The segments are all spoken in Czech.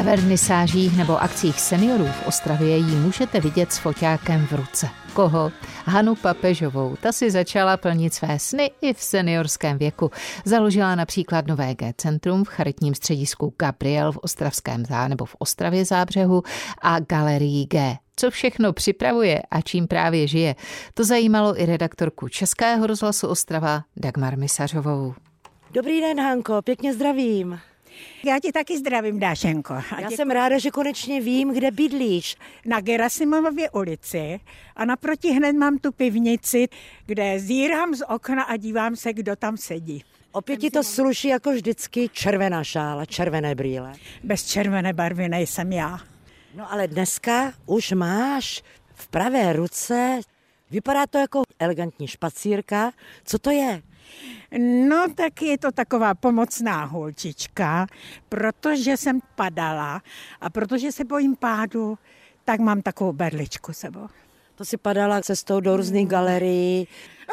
vernisážích nebo akcích seniorů v Ostravě ji můžete vidět s foťákem v ruce. Koho? Hanu Papežovou. Ta si začala plnit své sny i v seniorském věku. Založila například nové G-centrum v charitním středisku Gabriel v v Ostravě Zábřehu a Galerii G. Co všechno připravuje a čím právě žije, to zajímalo i redaktorku Českého rozhlasu Ostrava Dagmar Misařovou. Dobrý den, Hanko, pěkně zdravím. Já ti taky zdravím, Dášenko. Já jsem ráda, že konečně vím, kde bydlíš. Na Gerasimově ulici a naproti hned mám tu pivnici, kde zírám z okna a dívám se, kdo tam sedí. Opět ti to sluší jako vždycky červená šála, červené brýle. Bez červené barvy nejsem já. No ale dneska už máš v pravé ruce, vypadá to jako elegantní špacírka. Co to je? No tak je to taková pomocná holčička, protože jsem padala a protože se bojím pádu, tak mám takovou berličku sebou. To si padala cestou do různých galerií?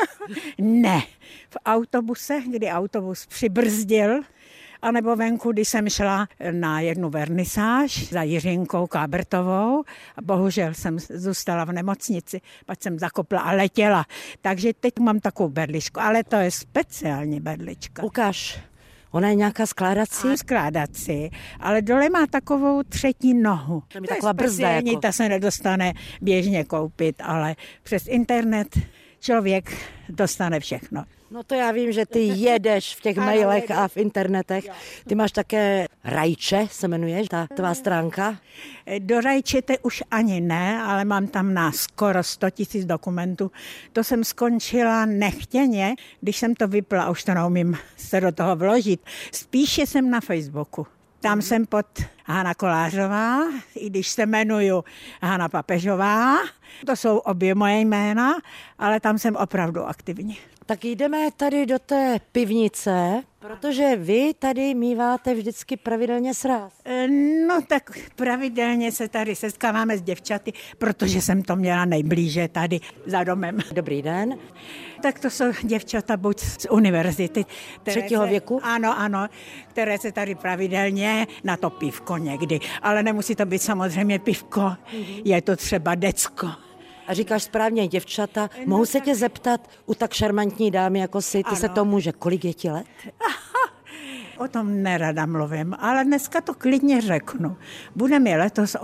Ne, v autobuse, kdy autobus přibrzdil, anebo venku, když jsem šla na jednu vernisáž za Jiřinkou Kábrtovou a bohužel jsem zůstala v nemocnici, pak jsem zakopla a letěla. Takže teď mám takovou berličku, ale to je speciální berlička. Ukáž, ona je nějaká skládací? Skládací, ale dole má takovou třetí nohu. To je taková brzda jako. Ta se nedostane běžně koupit, ale přes internet člověk dostane všechno. No to já vím, že ty jedeš v těch mailech a v internetech. Ty máš také Rajče, se jmenuje ta tvá stránka? Do Rajčete už ani ne, ale mám tam na skoro 100 000 dokumentů. To jsem skončila nechtěně, když jsem to vypla, už to neumím se do toho vložit. Spíše jsem na Facebooku. Tam jsem pod Hana Kolářová, i když se jmenuju Hana Papežová. To jsou obě moje jména, ale tam jsem opravdu aktivní. Tak jdeme tady do té pivnice, protože vy tady míváte vždycky pravidelně sráz. No tak pravidelně se tady setkáváme s děvčaty, protože jsem to měla nejblíže tady za domem. Dobrý den. Tak to jsou děvčata buď z univerzity. Třetího věku? Ano, které se tady pravidelně na to pivko někdy. Ale nemusí to být samozřejmě pivko, je to třeba decko. A říkáš správně děvčata, mohu se tě zeptat u tak šarmantní dámy jako ty se to může, kolik je ti let? Aha, o tom nerada mluvím, ale dneska to klidně řeknu. Bude mi letos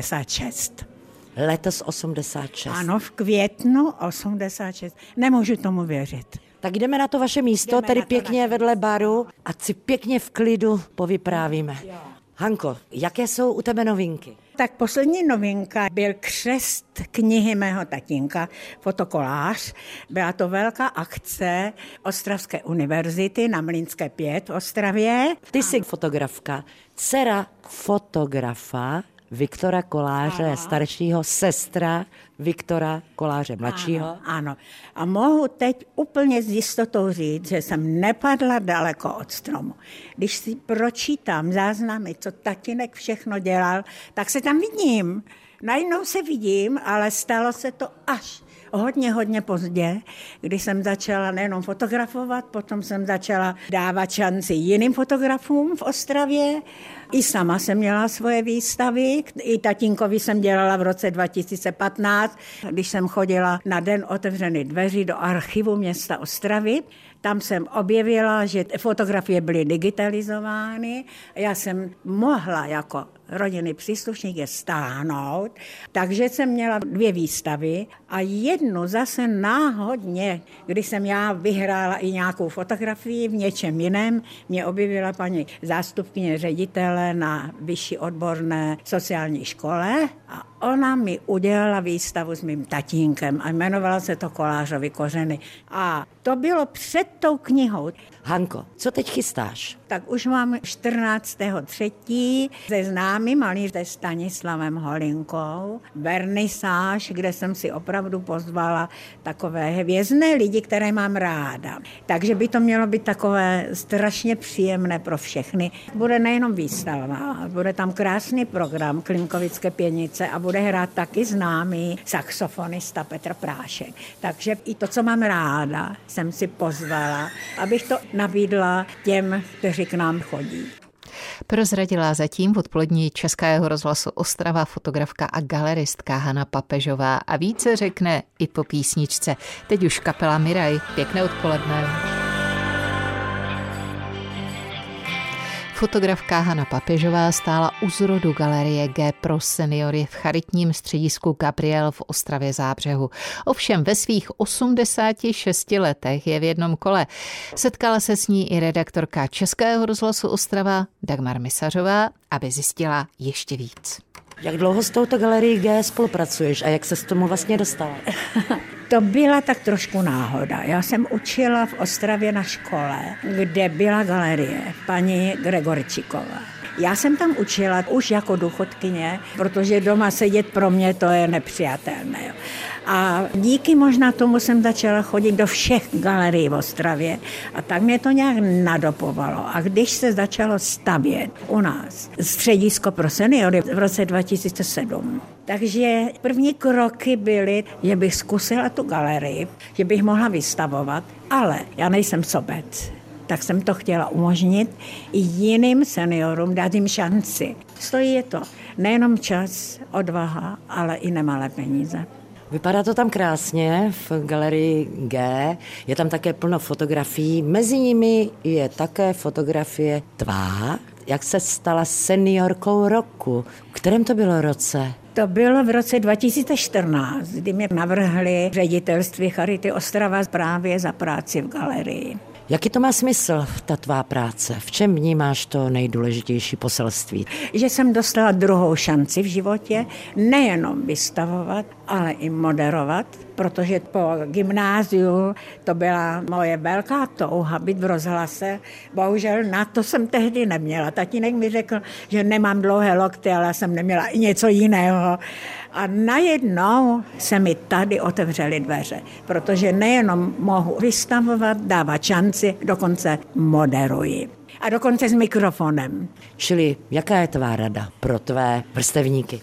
86. Letos 86. Ano, v květnu 86. Nemůžu tomu věřit. Tak jdeme na to vaše místo, tady pěkně vedle baru a si pěkně v klidu povyprávíme. Hanko, jaké jsou u tebe novinky? Tak poslední novinka byl křest knihy mého tatínka, fotokolář. Byla to velká akce Ostravské univerzity na Mlýnské 5 v Ostravě. Ty jsi fotografka, dcera fotografa Viktora Koláře staršího, sestra Viktora Koláře mladšího. Ano. A mohu teď úplně s jistotou říct, že jsem nepadla daleko od stromu. Když si pročítám záznamy, co tatínek všechno dělal, tak se tam vidím. Najednou se vidím, ale stalo se to až hodně pozdě, když jsem začala nejenom fotografovat, potom jsem začala dávat šanci jiným fotografům v Ostravě. I sama jsem měla svoje výstavy, i tatínkovi jsem dělala v roce 2015, když jsem chodila na Den otevřených dveří do archivu města Ostravy. Tam jsem objevila, že fotografie byly digitalizovány. Já jsem mohla jako rodinný příslušník je stáhnout, takže jsem měla 2 výstavy a jednu zase náhodně, když jsem já vyhrála i nějakou fotografii v něčem jiném, mě objevila paní zástupkyně ředitele na vyšší odborné sociální škole a ona mi udělala výstavu s mým tatínkem a jmenovala se to Kolářovy kořeny. A to bylo před tou knihou. Hanko, co teď chystáš? Tak už mám 14.3. se známým malířem Stanislavem Holinkou vernisáž, kde jsem si opravdu pozvala takové hvězdné lidi, které mám ráda. Takže by to mělo být takové strašně příjemné pro všechny. Bude nejenom výstava, bude tam krásný program Klimkovické pěnice a bude hrát taky známý saxofonista Petr Prášek. Takže i to, co mám ráda, jsem si pozvala, abych to nabídla těm, kteří k nám chodí. Prozradila zatím v odpolední Českého rozhlasu Ostrava fotografka a galeristka Hana Papežová a více řekne i po písničce. Teď už kapela Miraj. Pěkné odpoledne. Fotografka Hana Papežová stála u zrodu galerie G pro seniory v charitním středisku Gabriel v Ostravě Zábřehu. Ovšem ve svých 86 letech je v jednom kole. Setkala se s ní i redaktorka Českého rozhlasu Ostrava Dagmar Misařová, aby zjistila ještě víc. Jak dlouho s touto galerií G spolupracuješ a jak se s tomu vlastně dostala? To byla tak trošku náhoda. Já jsem učila v Ostravě na škole, kde byla galerie paní Gregorčíková. Já jsem tam učila už jako důchodkyně, protože doma sedět pro mě to je nepřijatelné. A díky možná tomu jsem začala chodit do všech galerií v Ostravě a tak mě to nějak nadopovalo. A když se začalo stavět u nás středisko pro seniory v roce 2007, takže první kroky byly, že bych zkusila tu galerii, že bych mohla vystavovat, ale já nejsem sobec. Tak jsem to chtěla umožnit i jiným seniorům, dát jim šanci. Stojí je to nejenom čas, odvaha, ale i nemalé peníze. Vypadá to tam krásně v galerii G, je tam také plno fotografií, mezi nimi je také fotografie tvá, jak se stala seniorkou roku. V kterém to bylo roce? To bylo v roce 2014, kdy mě navrhli ředitelství Charity Ostrava právě za práci v galerii. Jaký to má smysl, ta tvá práce? V čem vnímáš to nejdůležitější poselství? Že jsem dostala druhou šanci v životě, nejenom vystavovat, ale i moderovat, protože po gymnáziu to byla moje velká touha být v rozhlase. Bohužel na to jsem tehdy neměla. Tatínek mi řekl, že nemám dlouhé lokty, ale jsem neměla i něco jiného. A najednou se mi tady otevřely dveře, protože nejenom mohu vystavovat, dávat šanci, dokonce moderuji. A dokonce s mikrofonem. Čili jaká je tvá rada pro tvé vrstevníky?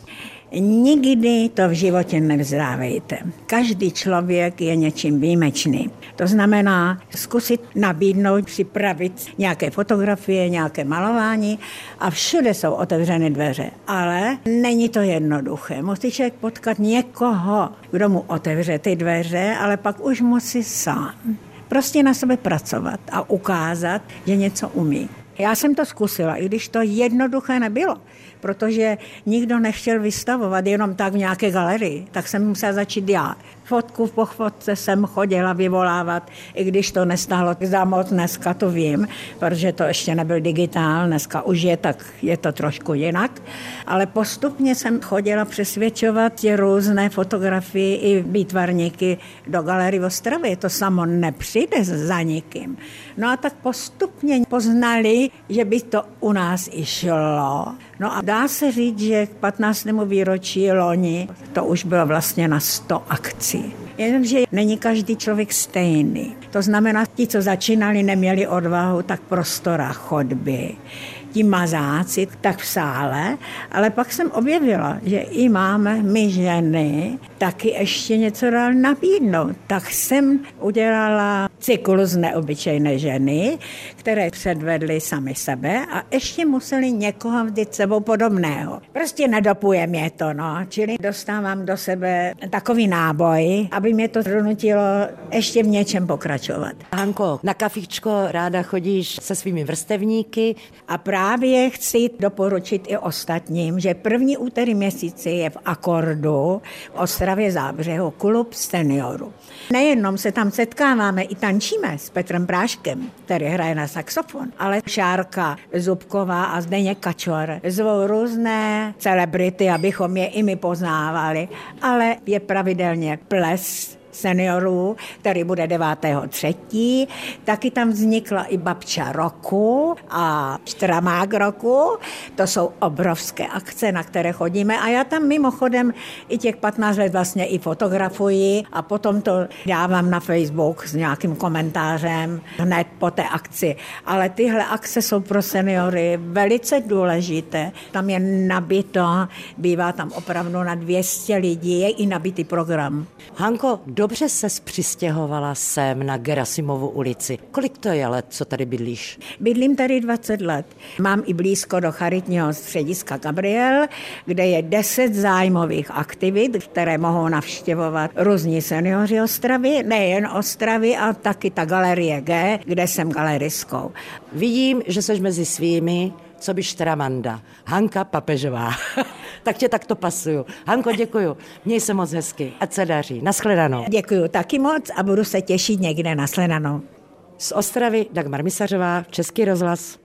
Nikdy to v životě nevzdávejte. Každý člověk je něčím výjimečný. To znamená zkusit nabídnout, připravit nějaké fotografie, nějaké malování a všude jsou otevřené dveře. Ale není to jednoduché. Musí člověk potkat někoho, kdo mu otevře ty dveře, ale pak už musí sám. Prostě na sebe pracovat a ukázat, že něco umí. Já jsem to zkusila, i když to jednoduché nebylo, protože nikdo nechtěl vystavovat jenom tak v nějaké galerii, tak jsem musela začít já. Fotku po fotce jsem chodila vyvolávat, i když to nestálo za moc, dneska to vím, protože to ještě nebyl digitál, dneska už je, tak je to trošku jinak. Ale postupně jsem chodila přesvědčovat tě různé fotografie i výtvarníky do galerie v Ostravě. To samo nepřijde za nikým. No a tak postupně poznali, že by to u nás i šlo. No a dá se říct, že k 15. výročí loni to už bylo vlastně na 100 akcí. Jenomže není každý člověk stejný. To znamená, ti, co začínali, neměli odvahu, tak prostora chodby. Ti mazáci, tak v sále, ale pak jsem objevila, že i máme my ženy taky ještě něco dál nabídnout. Tak jsem udělala cyklus Neobyčejné ženy, které předvedly sami sebe a ještě museli někoho vždyť sebou podobného. Prostě nedopuje mě to, no. Čili dostávám do sebe takový náboj, aby mě to donutilo ještě v něčem pokračovat. Hanko, na kafičko ráda chodíš se svými vrstevníky. A právě chci doporučit i ostatním, že první úterý měsíci je v Akordu v Ostravě Zábřehu klub seniorů. Nejenom se tam setkáváme, i tančíme s Petrem Práškem, který hraje na saxofon, ale Šárka Zubková a Zdeněk Kačor zvou různé celebrity, abychom je i my poznávali, ale je pravidelně ples seniorů, který bude 9.3. Taky tam vznikla i babča roku a štramák roku. To jsou obrovské akce, na které chodíme a já tam mimochodem i těch 15 let vlastně i fotografuji a potom to dávám na Facebook s nějakým komentářem hned po té akci. Ale tyhle akce jsou pro seniory velice důležité. Tam je nabito, bývá tam opravdu na 200 lidí, je i nabitý program. Hanko, do dobře ses přistěhovala sem na Gerasimovu ulici. Kolik to je let, co tady bydlíš? Bydlím tady 20 let. Mám i blízko do charitního střediska Gabriel, kde je 10 zájmových aktivit, které mohou navštěvovat různí seniori Ostravy, nejen Ostravy, a taky ta galerie G, kde jsem galeristkou. Vidím, že seš mezi svými, co by Štramanda. Hanka Papežová. Tak tě takto pasuju. Hanko, děkuju. Měj se moc hezky. Ať se daří. Nashledanou. Děkuju taky moc a budu se těšit někde. Nashledanou. Z Ostravy Dagmar Misařová, Český rozhlas.